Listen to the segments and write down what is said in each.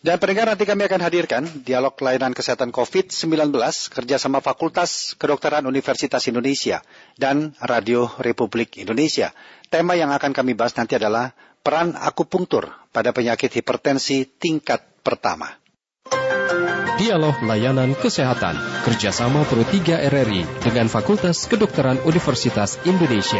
Dan pendengar, nanti kami akan hadirkan dialog layanan kesehatan COVID-19 kerjasama Fakultas Kedokteran Universitas Indonesia dan Radio Republik Indonesia. Tema yang akan kami bahas nanti adalah peran akupunktur pada penyakit hipertensi tingkat pertama. Dialog layanan kesehatan kerjasama Pro 3 RRI dengan Fakultas Kedokteran Universitas Indonesia.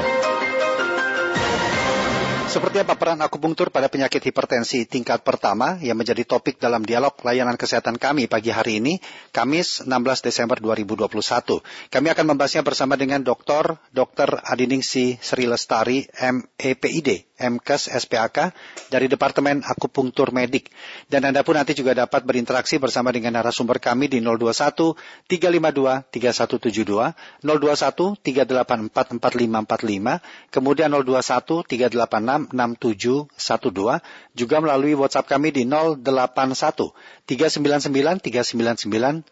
Seperti apa peran akupunktur pada penyakit hipertensi tingkat pertama yang menjadi topik dalam dialog layanan kesehatan kami pagi hari ini, Kamis 16 Desember 2021. Kami akan membahasnya bersama dengan Dr. Adiningsi Sri Lestari, MEPID, MKes SPAK dari Departemen Akupunktur Medik. Dan Anda pun nanti juga dapat berinteraksi bersama dengan narasumber kami di 021 352 3172, 021 384 4545, kemudian 021 386 6712, juga melalui WhatsApp kami di 081 399 399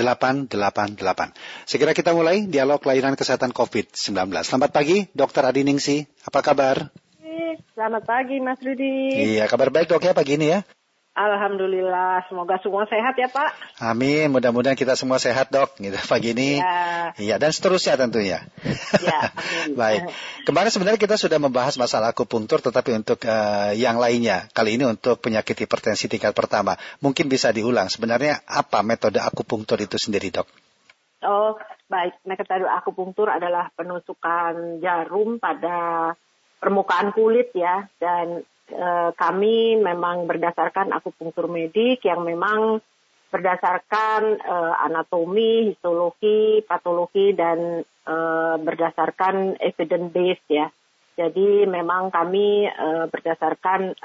888. Segera kita mulai dialog layanan kesehatan COVID-19. Selamat pagi, Dr. Adiningsi. Apa kabar? Selamat pagi, Mas Rudi. Iya, kabar baik dok ya pagi ini ya. Alhamdulillah, semoga semua sehat ya Pak. Amin, mudah-mudahan kita semua sehat dok, gitu pagi ini. Ya. Iya, dan seterusnya tentunya. Ya, amin. Baik, kemarin sebenarnya kita sudah membahas masalah akupunktur, tetapi untuk yang lainnya, kali ini untuk penyakit hipertensi tingkat pertama. Mungkin bisa diulang, sebenarnya apa metode akupunktur itu sendiri dok? Oh, baik. Metode akupunktur adalah penusukan jarum pada permukaan kulit ya, dan kami memang berdasarkan akupunktur medik yang memang berdasarkan anatomi, histologi, patologi, dan berdasarkan evidence based ya. Jadi memang kami berdasarkan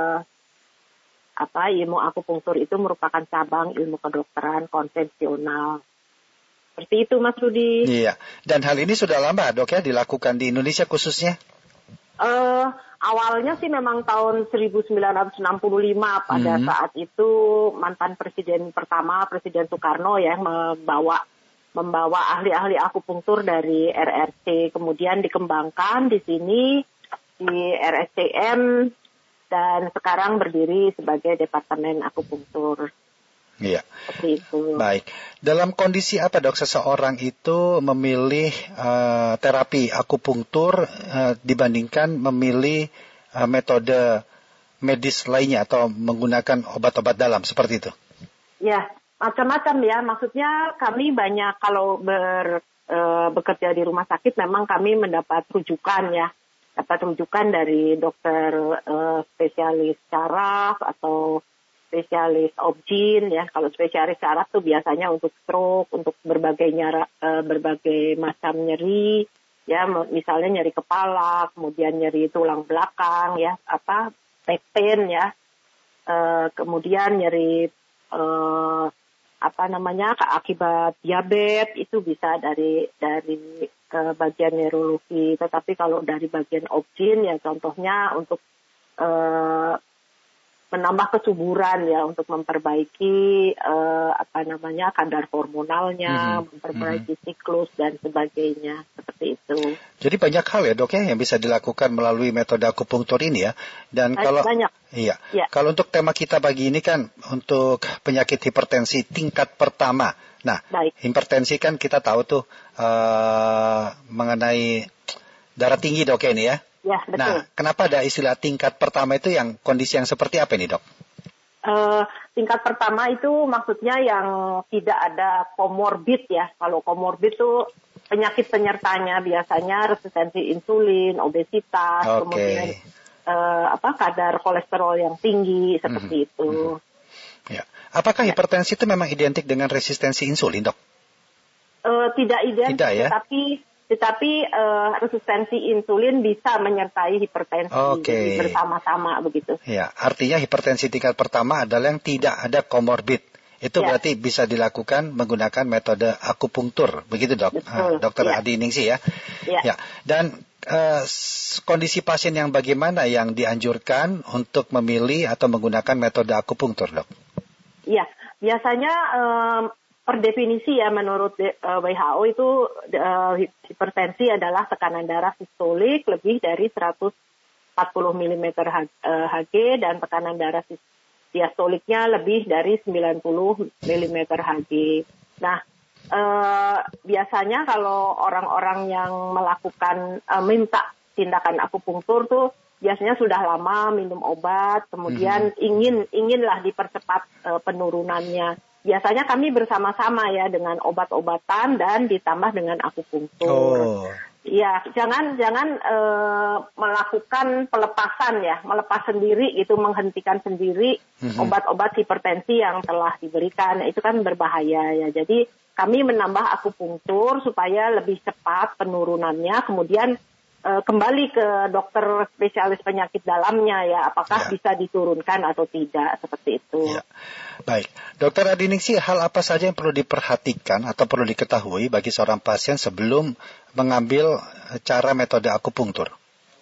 ilmu akupunktur itu merupakan cabang ilmu kedokteran konvensional. Seperti itu Mas Rudi. Iya, dan hal ini sudah lama dok ya dilakukan di Indonesia khususnya? Awalnya sih memang tahun 1965 pada saat itu mantan presiden pertama, Presiden Soekarno ya, membawa ahli-ahli akupunktur dari RRC, kemudian dikembangkan di sini di RSCM dan sekarang berdiri sebagai Departemen Akupunktur. Iya. Seperti itu. Baik. Dalam kondisi apa dok seseorang itu memilih terapi akupunktur dibandingkan memilih metode medis lainnya atau menggunakan obat-obat dalam seperti itu? Ya, macam-macam ya. Maksudnya kami banyak kalau bekerja di rumah sakit memang kami mendapat rujukan ya. Dapat rujukan dari dokter spesialis saraf atau spesialis obgyn ya. Kalau spesialis saraf tuh biasanya untuk stroke, untuk berbagai macam nyeri ya, misalnya nyeri kepala, kemudian nyeri tulang belakang ya, back pain ya. Kemudian nyeri akibat diabetes itu bisa dari bagian neurologi. Tetapi kalau dari bagian obgyn ya contohnya untuk menambah kesuburan ya, untuk memperbaiki kadar hormonalnya, memperbaiki siklus dan sebagainya, seperti itu. Jadi banyak hal ya dok ya yang bisa dilakukan melalui metode akupunktur ini ya. Dan banyak. Iya. Ya. Kalau untuk tema kita pagi ini kan untuk penyakit hipertensi tingkat pertama. Nah, hipertensi kan kita tahu tuh mengenai darah tinggi dok ya ini ya. Ya, betul. Nah, kenapa ada istilah tingkat pertama itu yang kondisi yang seperti apa ini, dok? Tingkat pertama itu maksudnya yang tidak ada komorbid ya. Kalau komorbid itu penyakit penyertanya biasanya resistensi insulin, obesitas, kemudian kadar kolesterol yang tinggi, seperti itu. Ya. Apakah hipertensi itu memang identik dengan resistensi insulin, dok? Tidak identik, ya? Tetapi resistensi insulin bisa menyertai hipertensi jadi bersama-sama begitu. Ya, artinya hipertensi tingkat pertama adalah yang tidak ada komorbid. Itu berarti bisa dilakukan menggunakan metode akupunktur, begitu dok? Dokter Adiningsi ya. Ya. Dan kondisi pasien yang bagaimana yang dianjurkan untuk memilih atau menggunakan metode akupunktur, dok? Iya, biasanya per definisi ya menurut WHO itu hipertensi adalah tekanan darah sistolik lebih dari 140 mm Hg dan tekanan darah diastoliknya lebih dari 90 mm Hg. Nah, biasanya kalau orang-orang yang melakukan minta tindakan akupunktur tuh biasanya sudah lama minum obat, kemudian inginlah dipercepat penurunannya. Biasanya kami bersama-sama ya dengan obat-obatan dan ditambah dengan akupunktur. Ya, jangan melakukan pelepasan ya, melepas sendiri itu, menghentikan sendiri obat-obat hipertensi yang telah diberikan. Itu kan berbahaya ya. Jadi kami menambah akupunktur supaya lebih cepat penurunannya, kemudian kembali ke dokter spesialis penyakit dalamnya ya, apakah bisa diturunkan atau tidak, seperti itu. Ya. Baik, Dokter Adiningsih, hal apa saja yang perlu diperhatikan atau perlu diketahui bagi seorang pasien sebelum mengambil cara metode akupunktur?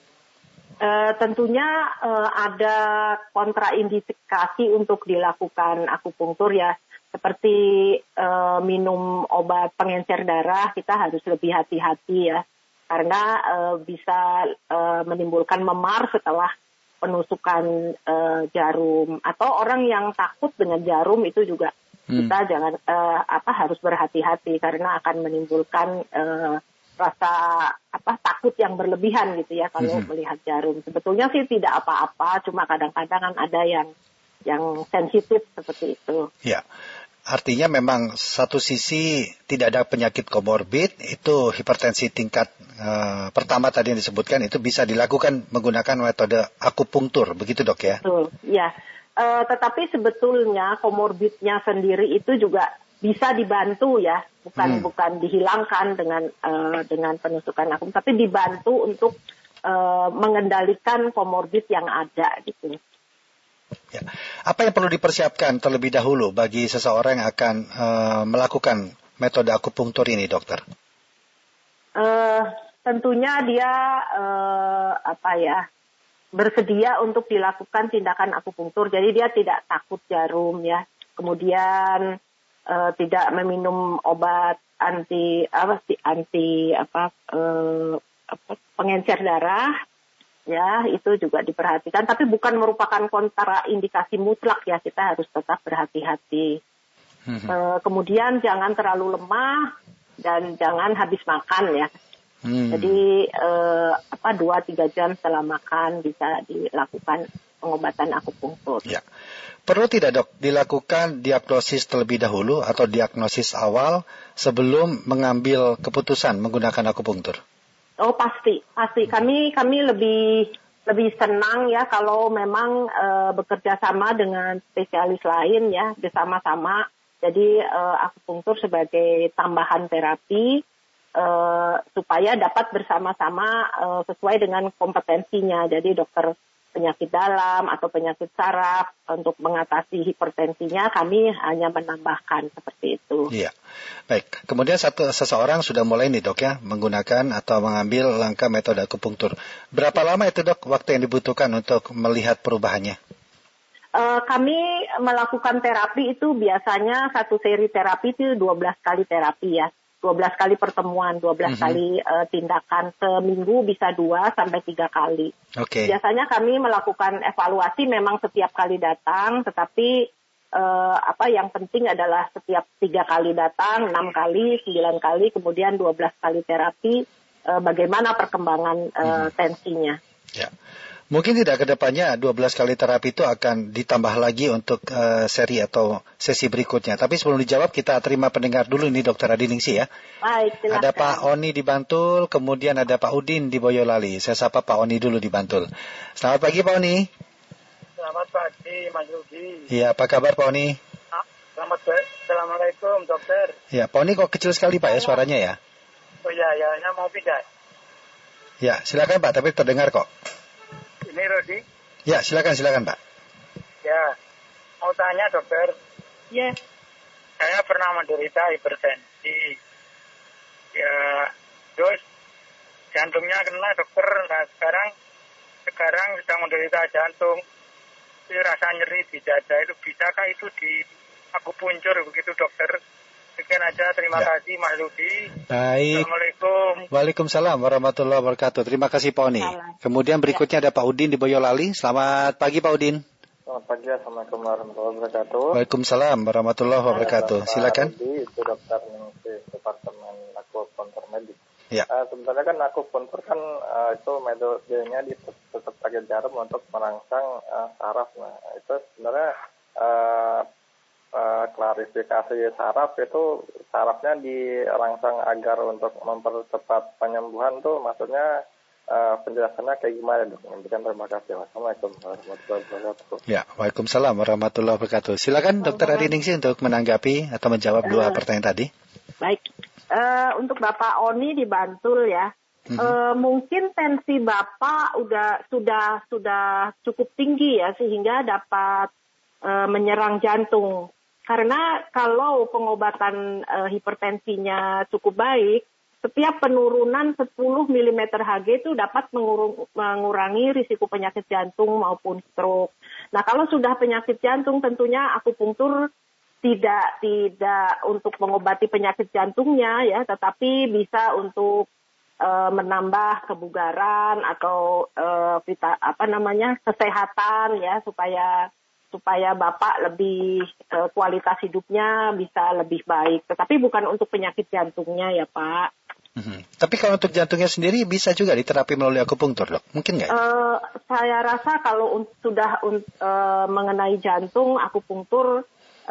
Tentunya ada kontraindikasi untuk dilakukan akupunktur ya, seperti minum obat pengencer darah, kita harus lebih hati-hati ya. Karena bisa menimbulkan memar setelah penusukan jarum, atau orang yang takut dengan jarum itu juga kita harus berhati-hati karena akan menimbulkan rasa takut yang berlebihan gitu ya kalau melihat jarum. Sebetulnya sih tidak apa-apa, cuma kadang-kadang kan ada yang sensitif seperti itu. Ya. Artinya memang satu sisi tidak ada penyakit komorbid, itu hipertensi tingkat pertama tadi yang disebutkan, itu bisa dilakukan menggunakan metode akupunktur, begitu dok ya? Betul, ya. Tetapi sebetulnya komorbidnya sendiri itu juga bisa dibantu ya, bukan dihilangkan dengan penusukan akupunktur, tapi dibantu untuk mengendalikan komorbid yang ada gitu. Ya. Apa yang perlu dipersiapkan terlebih dahulu bagi seseorang yang akan melakukan metode akupunktur ini, dokter? Tentunya dia bersedia untuk dilakukan tindakan akupunktur. Jadi dia tidak takut jarum ya. Kemudian tidak meminum obat pengencer darah. Ya, itu juga diperhatikan, tapi bukan merupakan kontraindikasi mutlak ya, kita harus tetap berhati-hati. Kemudian jangan terlalu lemah dan jangan habis makan ya. Jadi 2-3 jam setelah makan bisa dilakukan pengobatan akupunktur. Ya. Perlu tidak dok dilakukan diagnosis terlebih dahulu atau diagnosis awal sebelum mengambil keputusan menggunakan akupunktur? Oh pasti. Kami lebih senang ya kalau memang bekerja sama dengan spesialis lain ya, bersama-sama. Jadi akupunktur sebagai tambahan terapi supaya dapat bersama-sama sesuai dengan kompetensinya. Jadi dokter penyakit dalam atau penyakit saraf untuk mengatasi hipertensinya kami hanya menambahkan seperti itu. Iya. Baik, kemudian seseorang sudah mulai nih dok ya menggunakan atau mengambil langkah metode akupunktur. Berapa lama itu dok waktu yang dibutuhkan untuk melihat perubahannya? Kami melakukan terapi itu biasanya satu seri terapi itu 12 kali terapi ya. 12 kali pertemuan, 12 kali tindakan, seminggu bisa 2 sampai 3 kali. Okay. Biasanya kami melakukan evaluasi memang setiap kali datang, tetapi yang penting adalah setiap 3 kali datang, 6 kali, 9 kali, kemudian 12 kali terapi, bagaimana perkembangan tensinya. Ya. Mungkin tidak ke depannya 12 kali terapi itu akan ditambah lagi untuk seri atau sesi berikutnya. Tapi sebelum dijawab kita terima pendengar dulu ini Dokter Adiningsih ya. Baik, silakan. Ada Pak Oni di Bantul, kemudian ada Pak Udin di Boyolali. Saya sapa Pak Oni dulu di Bantul. Selamat pagi Pak Oni. Selamat pagi Mas Rudi. Iya, apa kabar Pak Oni? Selamat pagi. Assalamualaikum dokter. Ya, Pak Oni kok kecil sekali Pak ya suaranya ya? Oh ya, saya mau pindah. Ya, silakan Pak, tapi terdengar kok. Ini Rudi. Ya, silakan Pak. Ya, mau tanya dokter. Ya. Saya pernah menderita hipertensi. Ya, terus jantungnya kena dokter. Nah, sekarang sedang menderita jantung. Itu rasa nyeri di dada itu bisakah itu di akupunktur begitu dokter? Sekian aja, terima kasih Mas Rudi. Baik. Assalamualaikum. Waalaikumsalam warahmatullahi wabarakatuh. Terima kasih Pak Oni. Kemudian berikutnya ada Pak Udin di Boyolali. Selamat pagi Pak Udin. Selamat pagi, Assalamualaikum warahmatullahi wabarakatuh. Waalaikumsalam warahmatullahi wabarakatuh. Silakan. Itu dokter Ningsih, Departemen Akupuntur Medik. Ya. Sebenarnya kan akupuntur kan itu metodenya tetap pakai jarum untuk merangsang saraf. Nah, itu sebenarnya klarifikasi saraf itu sarafnya dirangsang agar untuk mempercepat penyembuhan tuh maksudnya penjelasannya kayak gimana dok? Terima kasih. Wassalamualaikum warahmatullahi wabarakatuh. Ya, waalaikumsalam warahmatullahi wabarakatuh. Silakan Dokter Adi Ningsih untuk menanggapi atau menjawab dua pertanyaan tadi. Baik, untuk Bapak Oni di Bantul ya, mungkin tensi Bapak sudah cukup tinggi ya sehingga dapat menyerang jantung. Karena kalau pengobatan hipertensinya cukup baik, setiap penurunan 10 mm Hg itu dapat mengurangi risiko penyakit jantung maupun stroke. Nah, kalau sudah penyakit jantung tentunya akupunktur tidak untuk mengobati penyakit jantungnya ya, tetapi bisa untuk menambah kebugaran atau kesehatan ya supaya Bapak lebih kualitas hidupnya bisa lebih baik. Tetapi bukan untuk penyakit jantungnya ya Pak. Tapi kalau untuk jantungnya sendiri bisa juga diterapi melalui akupunktur dok? Mungkin nggak? Saya rasa kalau sudah mengenai jantung, akupunktur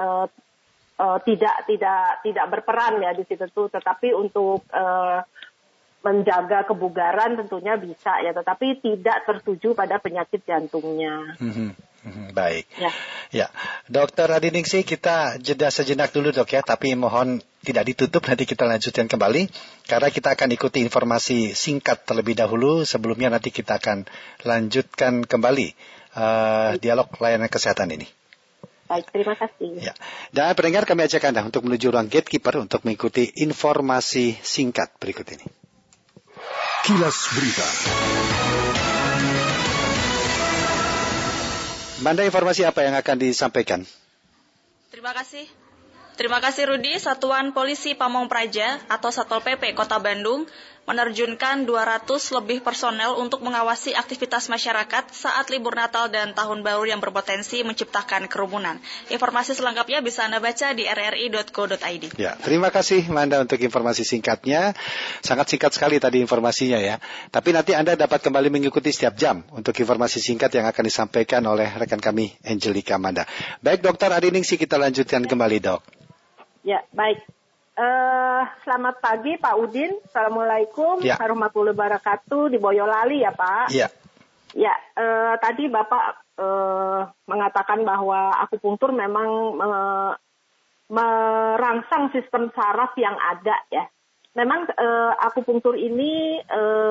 tidak berperan ya di situ tuh. Tetapi untuk menjaga kebugaran tentunya bisa ya. Tetapi tidak tertuju pada penyakit jantungnya. Baik. Ya, Dokter Adi Ningsih, kita jeda sejenak dulu dok ya, tapi mohon tidak ditutup, nanti kita lanjutkan kembali karena kita akan ikuti informasi singkat terlebih dahulu. Sebelumnya nanti kita akan lanjutkan kembali dialog layanan kesehatan ini. Baik, terima kasih. Ya. Dan pendengar, kami ajak Anda untuk menuju ruang gatekeeper untuk mengikuti informasi singkat berikut ini. Kilas Berita. Manda, informasi apa yang akan disampaikan? Terima kasih Rudi. Satuan Polisi Pamong Praja atau Satpol PP Kota Bandung menerjunkan 200 lebih personel untuk mengawasi aktivitas masyarakat saat libur Natal dan Tahun Baru yang berpotensi menciptakan kerumunan. Informasi selengkapnya bisa Anda baca di rri.co.id. Ya, terima kasih Manda untuk informasi singkatnya. Sangat singkat sekali tadi informasinya ya. Tapi nanti Anda dapat kembali mengikuti setiap jam untuk informasi singkat yang akan disampaikan oleh rekan kami Angelika Manda. Baik Dokter Adi Ningsih, kita lanjutkan kembali dok. Ya, baik. Selamat pagi Pak Udin. Assalamualaikum warahmatullahi wabarakatuh. Di Boyolali ya Pak. Iya. Ya, tadi Bapak mengatakan bahwa akupunktur memang merangsang sistem saraf yang ada ya. Memang akupunktur ini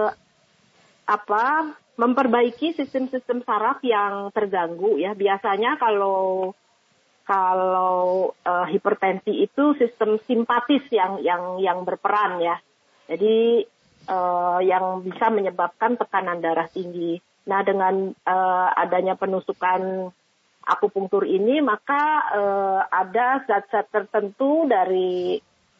memperbaiki sistem-sistem saraf yang terganggu ya. Biasanya kalau hipertensi itu sistem simpatis yang berperan ya. Jadi yang bisa menyebabkan tekanan darah tinggi. Nah, dengan adanya penusukan akupunktur ini, maka ada zat-zat tertentu dari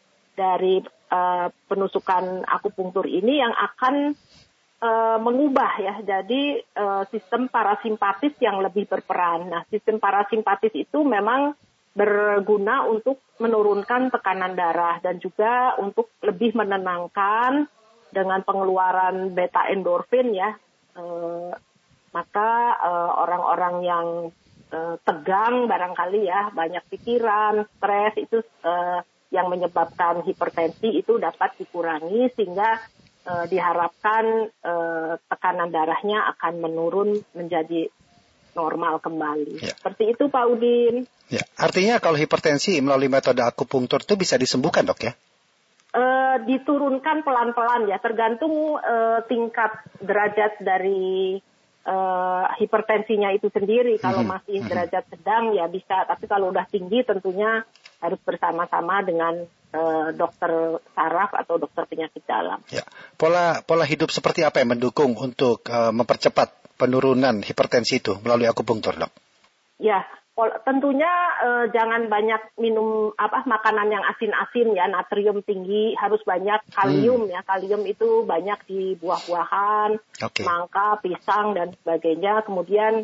penusukan akupunktur ini yang akan mengubah ya, jadi sistem parasimpatis yang lebih berperan. Nah, sistem parasimpatis itu memang berguna untuk menurunkan tekanan darah dan juga untuk lebih menenangkan dengan pengeluaran beta endorfin ya. Maka orang-orang yang tegang barangkali ya, banyak pikiran, stres itu yang menyebabkan hipertensi itu dapat dikurangi sehingga diharapkan tekanan darahnya akan menurun menjadi normal kembali. Ya. Seperti itu Pak Udin. Ya, artinya kalau hipertensi melalui metode akupunktur itu bisa disembuhkan dok ya? Diturunkan pelan-pelan ya, tergantung tingkat derajat dari hipertensinya itu sendiri. Kalau masih derajat sedang ya bisa, tapi kalau udah tinggi tentunya harus bersama-sama dengan dokter saraf atau dokter penyakit dalam. Ya. Pola hidup seperti apa yang mendukung untuk mempercepat penurunan hipertensi itu melalui akupunktur, dok? Ya, tentunya jangan banyak minum makanan yang asin-asin ya, natrium tinggi, harus banyak kalium ya. Kalium itu banyak di buah-buahan, mangga, pisang dan sebagainya. Kemudian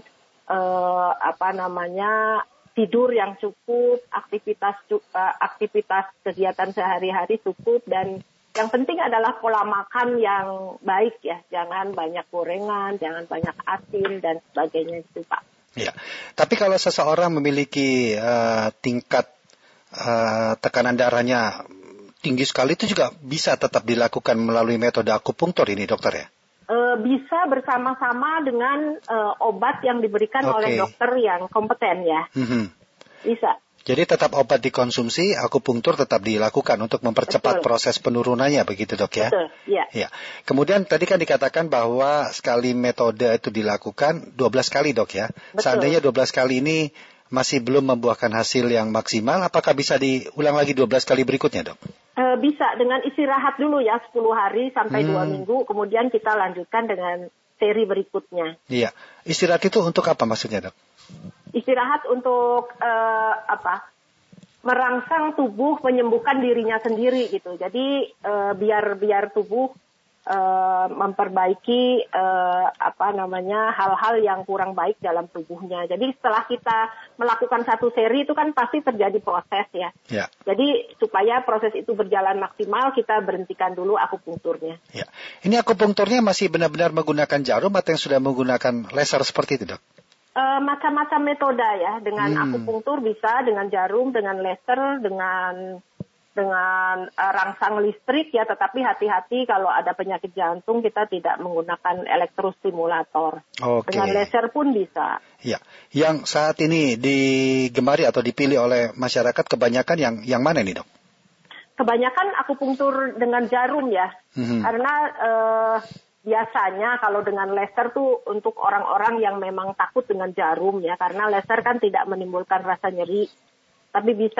tidur yang cukup, aktivitas kegiatan sehari-hari cukup, dan yang penting adalah pola makan yang baik ya, jangan banyak gorengan, jangan banyak asin dan sebagainya itu Pak. Ya, tapi kalau seseorang memiliki tingkat tekanan darahnya tinggi sekali, itu juga bisa tetap dilakukan melalui metode akupunktur ini dokter ya? Bisa bersama-sama dengan obat yang diberikan oleh dokter yang kompeten ya. Bisa. Jadi tetap obat dikonsumsi, akupunktur tetap dilakukan untuk mempercepat proses penurunannya, begitu dok ya? Betul, iya. Ya. Kemudian tadi kan dikatakan bahwa sekali metode itu dilakukan 12 kali dok ya? Betul. Seandainya 12 kali ini masih belum membuahkan hasil yang maksimal, apakah bisa diulang lagi 12 kali berikutnya dok? Bisa, dengan istirahat dulu ya 10 hari sampai 2 minggu, kemudian kita lanjutkan dengan seri berikutnya. Iya, istirahat itu untuk apa maksudnya dok? Istirahat untuk merangsang tubuh menyembuhkan dirinya sendiri gitu. Jadi biar tubuh memperbaiki hal-hal yang kurang baik dalam tubuhnya. Jadi setelah kita melakukan satu seri itu kan pasti terjadi proses ya. Ya. Jadi supaya proses itu berjalan maksimal, kita berhentikan dulu akupunkturnya. Ya. Ini akupunkturnya masih benar-benar menggunakan jarum atau yang sudah menggunakan laser seperti itu dok? Macam-macam metode ya, dengan akupunktur bisa, dengan jarum, dengan laser, dengan rangsang listrik ya, tetapi hati-hati kalau ada penyakit jantung kita tidak menggunakan elektrostimulator. Dengan laser pun bisa. Ya, yang saat ini digemari atau dipilih oleh masyarakat kebanyakan yang mana nih dok? Kebanyakan akupunktur dengan jarum ya, karena biasanya kalau dengan laser tuh untuk orang-orang yang memang takut dengan jarum ya, karena laser kan tidak menimbulkan rasa nyeri, tapi bisa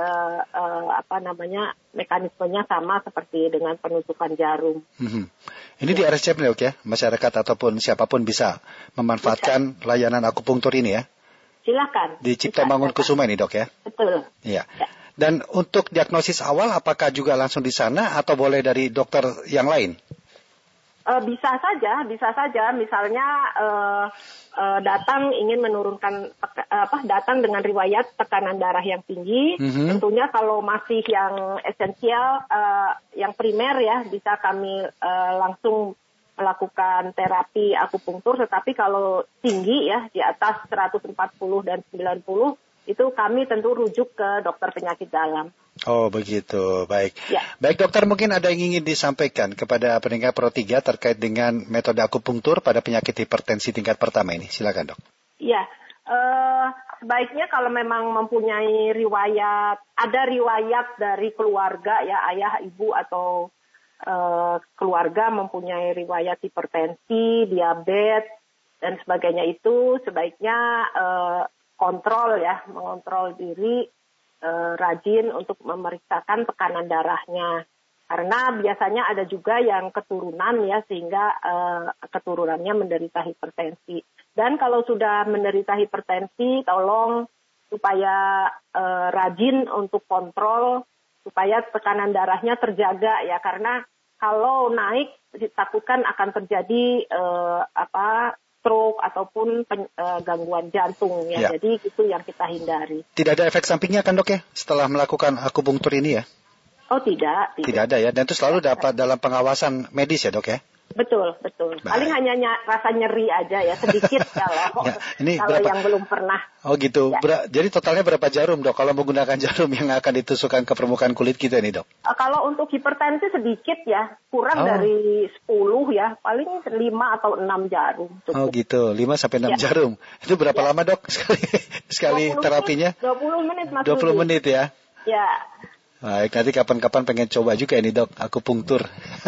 mekanismenya sama seperti dengan penusukan jarum. Ini di RSCM dok ya, masyarakat ataupun siapapun bisa memanfaatkan layanan akupunktur ini ya? Silakan. Di Cipto Mangunkusumo ini dok ya? Betul. Iya. Dan untuk diagnosis awal apakah juga langsung di sana atau boleh dari dokter yang lain? Bisa saja. Misalnya datang ingin menurunkan, datang dengan riwayat tekanan darah yang tinggi. Tentunya kalau masih yang esensial, yang primer ya, bisa kami langsung melakukan terapi akupunktur. Tetapi kalau tinggi ya, di atas 140 dan 90, itu kami tentu rujuk ke dokter penyakit dalam. Oh begitu, baik. Ya. Baik dokter, mungkin ada yang ingin disampaikan kepada pendengar Pro 3 terkait dengan metode akupunktur pada penyakit hipertensi tingkat pertama ini. Silakan dok. Ya, sebaiknya kalau memang mempunyai ada riwayat dari keluarga ya, ayah, ibu atau keluarga mempunyai riwayat hipertensi, diabetes dan sebagainya, itu sebaiknya mengontrol diri, rajin untuk memeriksakan tekanan darahnya. Karena biasanya ada juga yang keturunan ya, sehingga keturunannya menderita hipertensi. Dan kalau sudah menderita hipertensi, tolong supaya rajin untuk kontrol, supaya tekanan darahnya terjaga ya. Karena kalau naik ditakutkan akan terjadi stroke ataupun gangguan jantung ya. Jadi itu yang kita hindari. Tidak ada efek sampingnya kan dok ya setelah melakukan akupunktur ini ya? Oh tidak. Tidak ada ya, dan itu selalu dapat dalam pengawasan medis ya dok ya? Betul. Baik. Paling hanya rasa nyeri aja ya, sedikit kalau yang belum pernah. Oh gitu. Ya. Jadi totalnya berapa jarum dok kalau menggunakan jarum yang akan ditusukkan ke permukaan kulit kita nih dok? Kalau untuk hipertensi sedikit ya, kurang dari 10 ya, paling 5 atau 6 jarum. Cukup. Oh gitu, 5 sampai 6 jarum. Itu berapa lama dok sekali terapinya? 20 menit Mas 20 menit ya? Ya. Baik, nanti kapan-kapan pengen coba juga ini dok, akupunktur.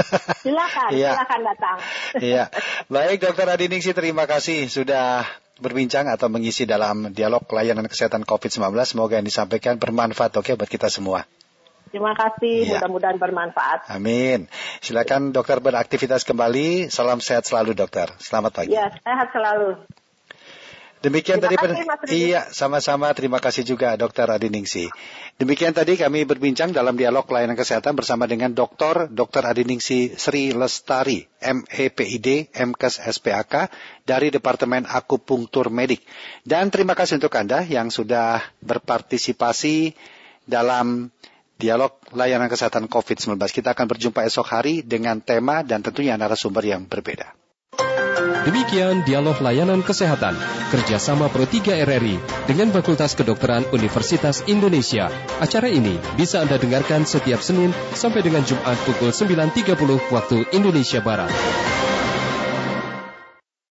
Silakan datang. Iya. Baik dokter Adi Ningsih, terima kasih sudah berbincang atau mengisi dalam dialog layanan kesehatan COVID-19. Semoga yang disampaikan bermanfaat buat kita semua. Terima kasih, mudah-mudahan bermanfaat. Amin. Silakan dokter beraktivitas kembali. Salam sehat selalu dokter. Selamat pagi. Ya, sehat selalu. Demikian Terima tadi, kasih, Mas Rudi. iya, sama-sama. Terima kasih juga Dr. Adiningsih. Demikian tadi kami berbincang dalam dialog layanan kesehatan bersama dengan Dr. Adiningsih Sri Lestari, MEPID, MKes SPAK dari Departemen Akupunktur Medik. Dan terima kasih untuk Anda yang sudah berpartisipasi dalam dialog layanan kesehatan COVID-19. Kita akan berjumpa esok hari dengan tema dan tentunya narasumber yang berbeda. Demikian dialog layanan kesehatan kerjasama Pro 3 RRI dengan Fakultas Kedokteran Universitas Indonesia. Acara ini bisa Anda dengarkan setiap Senin sampai dengan Jumat pukul 9.30 waktu Indonesia Barat.